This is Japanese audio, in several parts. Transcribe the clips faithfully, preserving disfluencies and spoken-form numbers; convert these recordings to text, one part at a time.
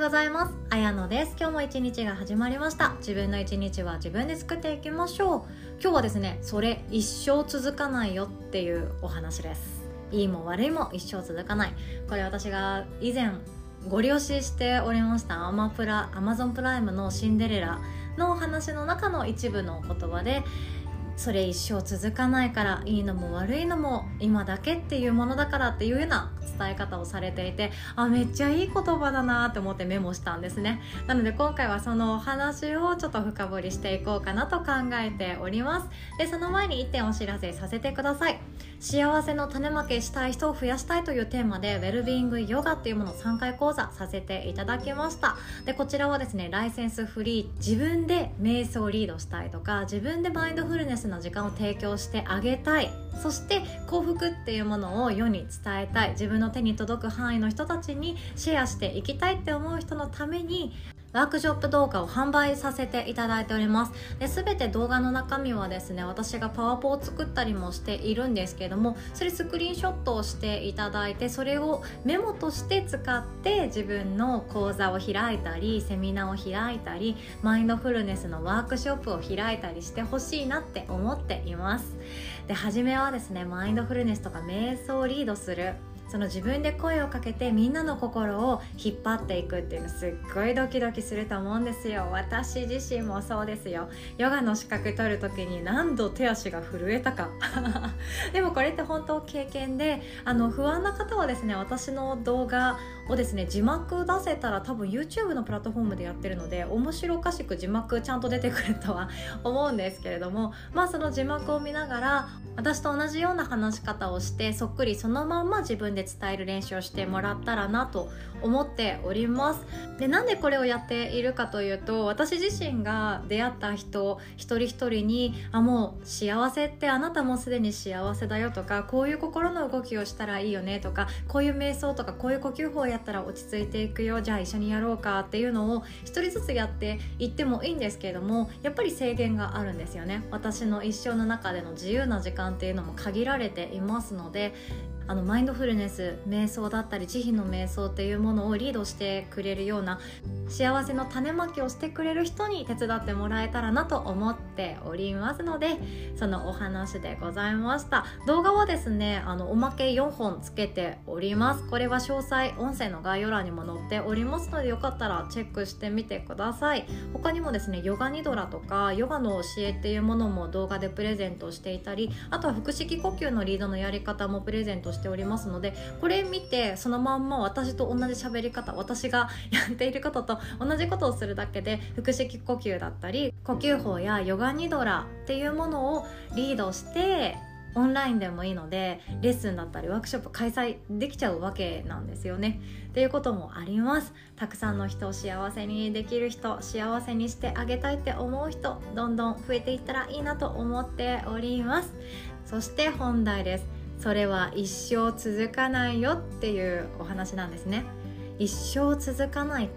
ございます。あやのです。今日も一日が始まりました。自分の一日は自分で作っていきましょう。今日はですね、それ一生続かないよっていうお話です。いいも悪いも一生続かない。これ私が以前ご了承しておりましたアマプラ、アマゾンプライムのシンデレラのお話の中の一部の言葉で、それ一生続かないから、いいのも悪いのも今だけっていうものだからっていうような伝え方をされていて、あ、めっちゃいい言葉だなって思ってメモしたんですね。なので今回はそのお話をちょっと深掘りしていこうかなと考えております。で、その前にいってんお知らせさせてください。幸せの種まきしたい人を増やしたいというテーマでウェルビーイングヨガっていうものをさんかい講座させていただきました。で、こちらはですね、ライセンスフリー、自分で瞑想をリードしたいとか、自分でマインドフルネスの時間を提供してあげたい、そして幸福っていうものを世に伝えたい、自分の手に届く範囲の人たちにシェアしていきたいって思う人のためにワークショップ動画を販売させていただいております。で、全て動画の中身はですね、私がパワポを作ったりもしているんですけれども、それスクリーンショットをしていただいて、それをメモとして使って自分の講座を開いたり、セミナーを開いたり、マインドフルネスのワークショップを開いたりしてほしいなって思っています。で、初めはですね、マインドフルネスとか瞑想をリードする、その自分で声をかけてみんなの心を引っ張っていくっていうの、すっごいドキドキすると思うんですよ。私自身もそうですよ。ヨガの資格取る時に何度手足が震えたかでもこれって本当経験で、あの不安な方はですね、私の動画をですね、字幕出せたら多分 YouTube のプラットフォームでやってるので、面白おかしく字幕ちゃんと出てくるとは思うんですけれども、まあその字幕を見ながら私と同じような話し方をして、そっくりそのまんま自分で伝える練習をしてもらったらなと思っております。で、なんでこれをやっているかというと、私自身が出会った人一人一人に、あ、もう幸せってあなたもすでに幸せだよとか、こういう心の動きをしたらいいよねとか、こういう瞑想とかこういう呼吸法をやったら落ち着いていくよ、じゃあ一緒にやろうかっていうのを一人ずつやっていってもいいんですけれども、やっぱり制限があるんですよね。私の一生の中での自由な時間っていうのも限られていますので、あのマインドフルネス、瞑想だったり慈悲の瞑想っていうものをリードしてくれるような幸せの種まきをしてくれる人に手伝ってもらえたらなと思っておりますので、そのお話でございました。動画はですね、あのおまけよんほんつけております。これは詳細音声の概要欄にも載っておりますので、よかったらチェックしてみてください。他にもですね、ヨガニドラとかヨガの教えっていうものも動画でプレゼントしていたり、あとは腹式呼吸のリードのやり方もプレゼントしておりますので、これ見てそのまんま私と同じ喋り方、私がやっていることと同じことをするだけで、腹式呼吸だったり呼吸法やヨガニドラっていうものをリードしてオンラインでもいいのでレッスンだったりワークショップ開催できちゃうわけなんですよね。っていうこともあります。たくさんの人を幸せにできる人、幸せにしてあげたいって思う人、どんどん増えていったらいいなと思っております。そして本題です。それは一生続かないよっていうお話なんですね。一生続かないって、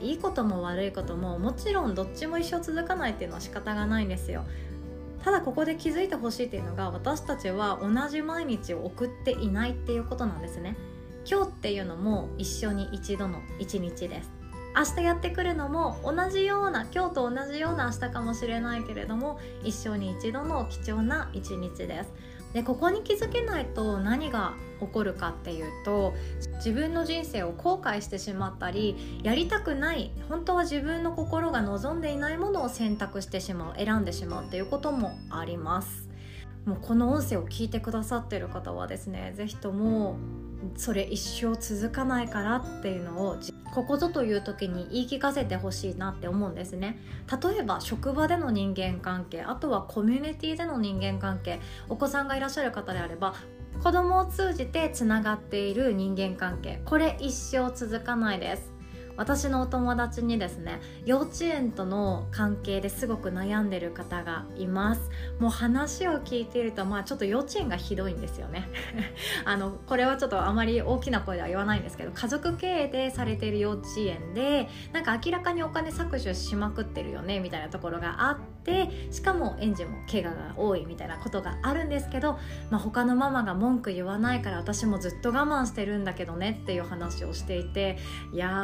いいことも悪いことももちろんどっちも一生続かないっていうのは仕方がないんですよ。ただここで気づいてほしいっていうのが、私たちは同じ毎日を送っていないっていうことなんですね。今日っていうのも一生に一度の一日です。明日やってくるのも同じような、今日と同じような明日かもしれないけれども、一生に一度の貴重な一日です。で、ここに気づけないと何が起こるかっていうと、自分の人生を後悔してしまったり、やりたくない、本当は自分の心が望んでいないものを選択してしまう、選んでしまうっていうこともあります。もうこの音声を聞いてくださっている方はですね、ぜひともそれ一生続かないからっていうのをここぞという時に言い聞かせてほしいなって思うんですね。例えば職場での人間関係、あとはコミュニティでの人間関係、お子さんがいらっしゃる方であれば子供を通じてつながっている人間関係、これ一生続かないです。私のお友達にですね、幼稚園との関係ですごく悩んでる方がいます。もう話を聞いていると、まあちょっと幼稚園がひどいんですよねあのこれはちょっとあまり大きな声では言わないんですけど、家族経営でされている幼稚園で、なんか明らかにお金搾取しまくってるよねみたいなところがあって、しかも園児も怪我が多いみたいなことがあるんですけど、まあ、他のママが文句言わないから私もずっと我慢してるんだけどねっていう話をしていて、いやー私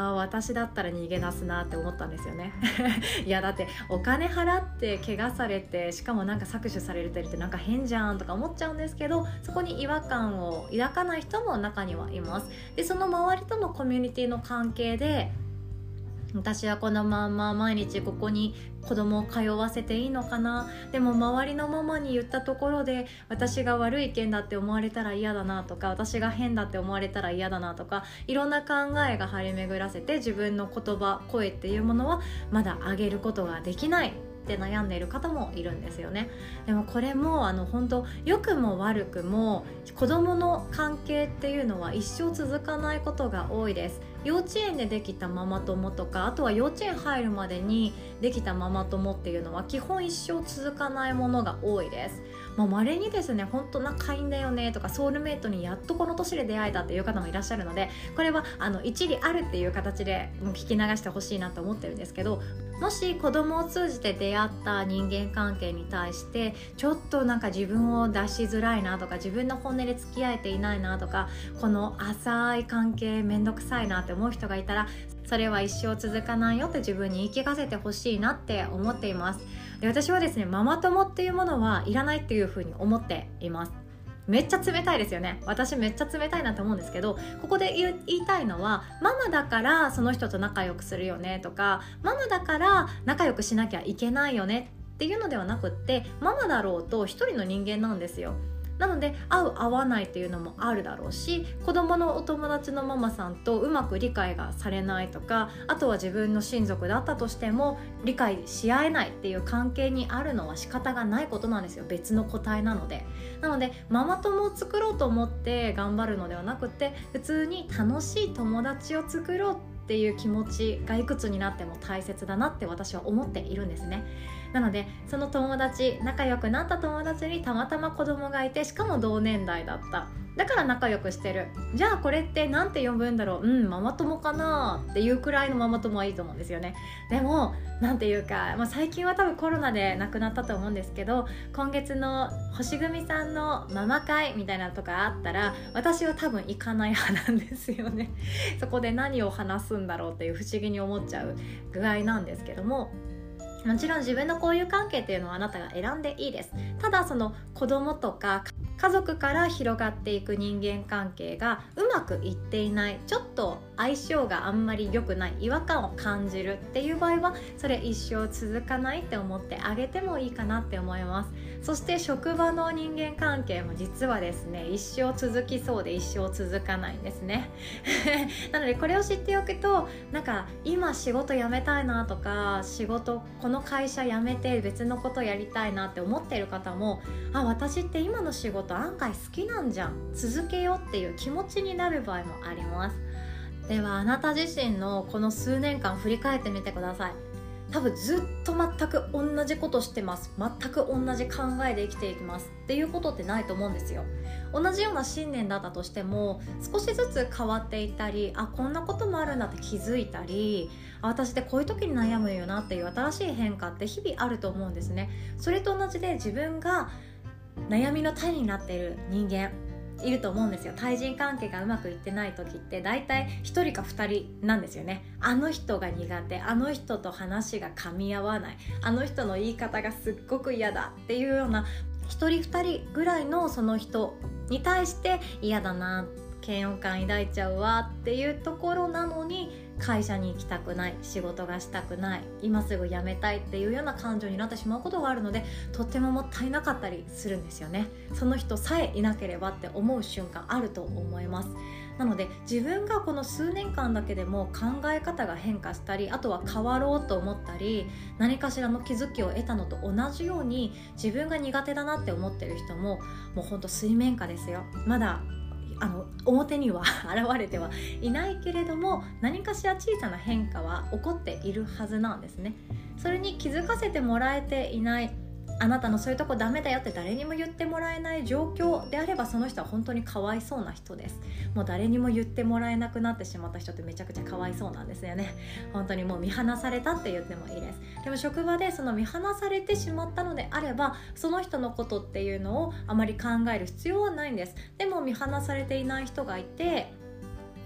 私だったら逃げ出すなって思ったんですよねいやだってお金払って怪我されて、しかもなんか搾取されてるってなんか変じゃんとか思っちゃうんですけど、そこに違和感を抱かない人も中にはいます。でその周りとのコミュニティの関係で、私はこのまんま毎日ここに子供を通わせていいのかな、でも周りのママに言ったところで私が悪い意見だって思われたら嫌だなとか、私が変だって思われたら嫌だなとか、いろんな考えが張り巡らせて、自分の言葉声っていうものはまだ上げることができないって悩んでいる方もいるんですよね。でもこれもあの本当良くも悪くも子供の関係っていうのは一生続かないことが多いです。幼稚園でできたママ友とか、あとは幼稚園入るまでにできたママ友っていうのは基本一生続かないものが多いです。まあ、稀にですね、本当仲いいんだよねとか、ソウルメイトにやっとこの年で出会えたっていう方もいらっしゃるので、これはあの一理あるっていう形で聞き流してほしいなと思ってるんですけど、もし子供を通じて出会った人間関係に対してちょっとなんか自分を出しづらいなとか、自分の本音で付き合えていないなとか、この浅い関係めんどくさいなって思う人がいたら、それは一生続かないよって自分に言い聞かせてほしいなって思っています。で私はですね、ママ友っていうものはいらないっていうふうに思っています。めっちゃ冷たいですよね。私めっちゃ冷たいなと思うんですけど、ここで言いたいのは、ママだからその人と仲良くするよねとか、ママだから仲良くしなきゃいけないよねっていうのではなくって、ママだろうと一人の人間なんですよ。なので合う合わないっていうのもあるだろうし、子供のお友達のママさんとうまく理解がされないとか、あとは自分の親族だったとしても理解し合えないっていう関係にあるのは仕方がないことなんですよ。別の個体なので。なのでママ友を作ろうと思って頑張るのではなくて、普通に楽しい友達を作ろうっていう気持ちがいくつになっても大切だなって私は思っているんですね。なのでその友達、仲良くなった友達にたまたま子供がいて、しかも同年代だった、だから仲良くしてる、じゃあこれってなんて呼ぶんだろう、うんママ友かなっていうくらいのママ友はいいと思うんですよね。でもなんていうか、まあ、最近は多分コロナで亡くなったと思うんですけど、今月の星組さんのママ会みたいなとかあったら、私は多分行かない派なんですよねそこで何を話すんだろうっていう不思議に思っちゃう具合なんですけども、もちろん自分の交友関係っていうのはあなたが選んでいいです。ただその子供とか家族から広がっていく人間関係がうまくいっていない、ちょっと相性があんまり良くない、違和感を感じるっていう場合は、それ一生続かないって思ってあげてもいいかなって思います。そして職場の人間関係も実はですね、一生続きそうで一生続かないんですねなのでこれを知っておくと、なんか今仕事辞めたいなとか、仕事この会社辞めて別のことやりたいなって思っている方も、あ、私って今の仕事案外好きなんじゃん、続けようっていう気持ちになる場合もあります。ではあなた自身のこの数年間振り返ってみてください。多分ずっと全く同じことしてます、全く同じ考えで生きていきますっていうことってないと思うんですよ。同じような信念だったとしても、少しずつ変わっていったり、あ、こんなこともあるんだって気づいたり、あ、私ってこういう時に悩むよなっていう新しい変化って日々あると思うんですね。それと同じで自分が悩みの種になっている人間いると思うんですよ。対人関係がうまくいってない時って大体ひとりかふたりなんですよね。あの人が苦手、あの人と話が噛み合わない、あの人の言い方がすっごく嫌だっていうようなひとりふたりぐらいのその人に対して嫌だな、嫌悪感抱いちゃうわっていうところなのに、会社に行きたくない、仕事がしたくない、今すぐ辞めたいっていうような感情になってしまうことがあるので、とってももったいなかったりするんですよね。その人さえいなければって思う瞬間あると思います。なので自分がこの数年間だけでも考え方が変化したり、あとは変わろうと思ったり、何かしらの気づきを得たのと同じように、自分が苦手だなって思ってる人ももうほんと水面下ですよ。まだあの表には現れてはいないけれども、何かしら小さな変化は起こっているはずなんですね。それに気づかせてもらえていない、あなたのそういうとこダメだよって誰にも言ってもらえない状況であれば、その人は本当にかわいそうな人です。もう誰にも言ってもらえなくなってしまった人ってめちゃくちゃかわいそうなんですよね。本当にもう見放されたって言ってもいいです。でも職場でその見放されてしまったのであれば、その人のことっていうのをあまり考える必要はないんです。でも見放されていない人がいて、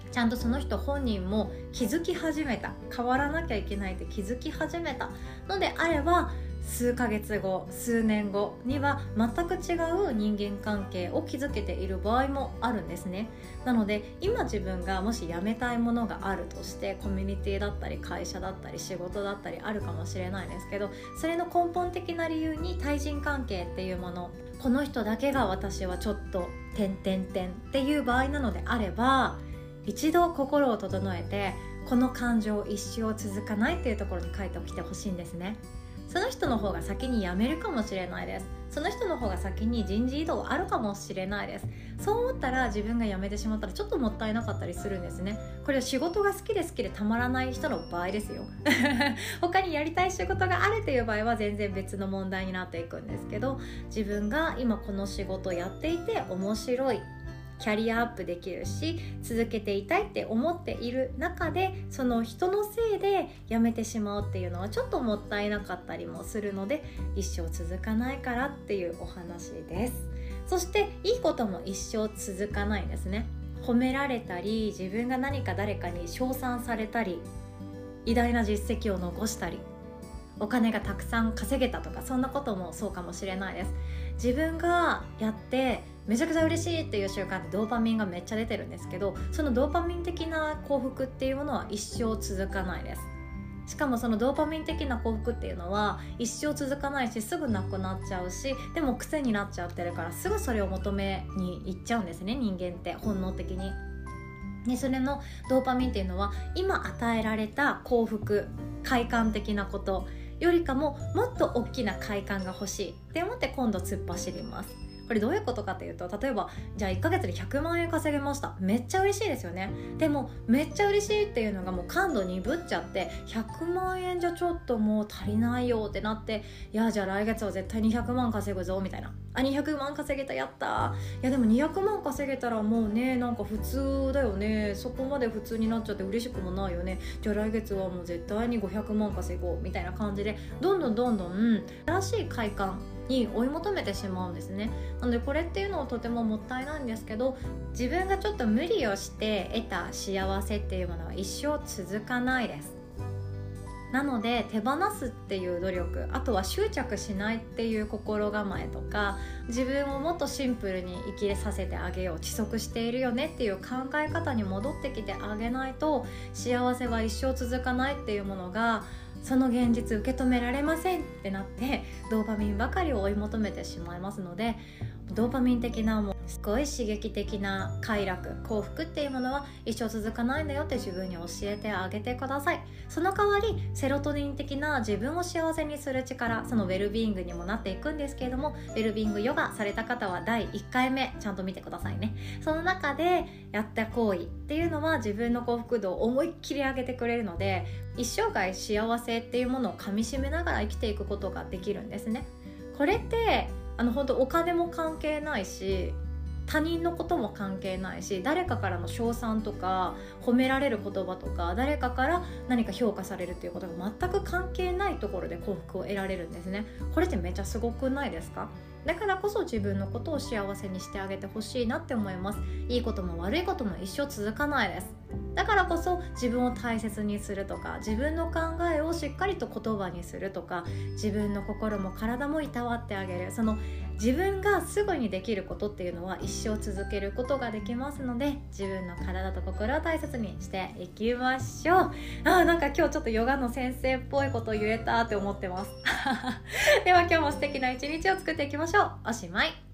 ちゃんとその人本人も気づき始めた、変わらなきゃいけないって気づき始めたのであれば、数ヶ月後、数年後には全く違う人間関係を築けている場合もあるんですね。なので今自分がもし辞めたいものがあるとして、コミュニティだったり会社だったり仕事だったりあるかもしれないんですけど、それの根本的な理由に対人関係っていうもの、この人だけが私はちょっと点点点っていう場合なのであれば、一度心を整えて、この感情一生続かないっていうところに書いておきてほしいんですね。その人の方が先に辞めるかもしれないです。その人の方が先に人事異動あるかもしれないです。そう思ったら自分が辞めてしまったらちょっともったいなかったりするんですね。これは仕事が好きで好きでたまらない人の場合ですよ他にやりたい仕事があるという場合は全然別の問題になっていくんですけど、自分が今この仕事をやっていて面白い、キャリアアップできるし続けていたいって思っている中で、その人のせいで辞めてしまうっていうのはちょっともったいなかったりもするので、一生続かないからっていうお話です。そしていいことも一生続かないんですね。褒められたり、自分が何か誰かに称賛されたり、偉大な実績を残したり、お金がたくさん稼げたとか、そんなこともそうかもしれないです。自分がやってめちゃくちゃ嬉しいっていう瞬間ってドーパミンがめっちゃ出てるんですけど、そのドーパミン的な幸福っていうものは一生続かないです。しかもそのドーパミン的な幸福っていうのは一生続かないし、すぐなくなっちゃうし、でも癖になっちゃってるからすぐそれを求めに行っちゃうんですね、人間って本能的に。でそれのドーパミンっていうのは今与えられた幸福、快感的なことよりかももっと大きな快感が欲しいって思って今度突っ走ります。これどういうことかというと、例えばじゃあいっかげつでひゃくまんえん稼げました、めっちゃ嬉しいですよね。でもめっちゃ嬉しいっていうのがもう感度鈍っちゃって、ひゃくまんえんじゃちょっともう足りないよってなって、いやじゃあ来月は絶対にひゃくまん稼ぐぞみたいな、あにひゃくまん稼げた、やったー、いやでもにひゃくまん稼げたらもうね、なんか普通だよね、そこまで普通になっちゃって嬉しくもないよね、じゃあ来月はもう絶対にごひゃくまん稼ごうみたいな感じで、どんどんどんどん新しい快感に追い求めてしまうんですね。なのでこれっていうのはとてももったいないんですけど、自分がちょっと無理をして得た幸せっていうものは一生続かないです。なので手放すっていう努力、あとは執着しないっていう心構えとか、自分をもっとシンプルに生きさせてあげよう、知足しているよねっていう考え方に戻ってきてあげないと、幸せは一生続かないっていうものが、その現実受け止められませんってなってドーパミンばかりを追い求めてしまいますので、ドーパミン的なもうすごい刺激的な快楽、幸福っていうものは一生続かないんだよって自分に教えてあげてください。その代わりセロトニン的な自分を幸せにする力、そのウェルビーイングにもなっていくんですけれども、ウェルビーイングヨガされた方はだいいっかいめちゃんと見てくださいね。その中でやった行為っていうのは自分の幸福度を思いっきり上げてくれるので、一生涯幸せっていうものをかみしめながら生きていくことができるんですね。これってあの本当お金も関係ないし、他人のことも関係ないし、誰かからの称賛とか褒められる言葉とか、誰かから何か評価されるっていうことが全く関係ないところで幸福を得られるんですね。これってめっちゃすごくないですか？だからこそ自分のことを幸せにしてあげてほしいなって思います。いいことも悪いことも一生続かないです。だからこそ自分を大切にするとか、自分の考えをしっかりと言葉にするとか、自分の心も体もいたわってあげる、その自分がすぐにできることっていうのは一生続けることができますので、自分の体と心を大切にしていきましょう。あーなんか今日ちょっとヨガの先生っぽいことを言えたって思ってますでは今日も素敵な一日を作っていきましょう。おしまい。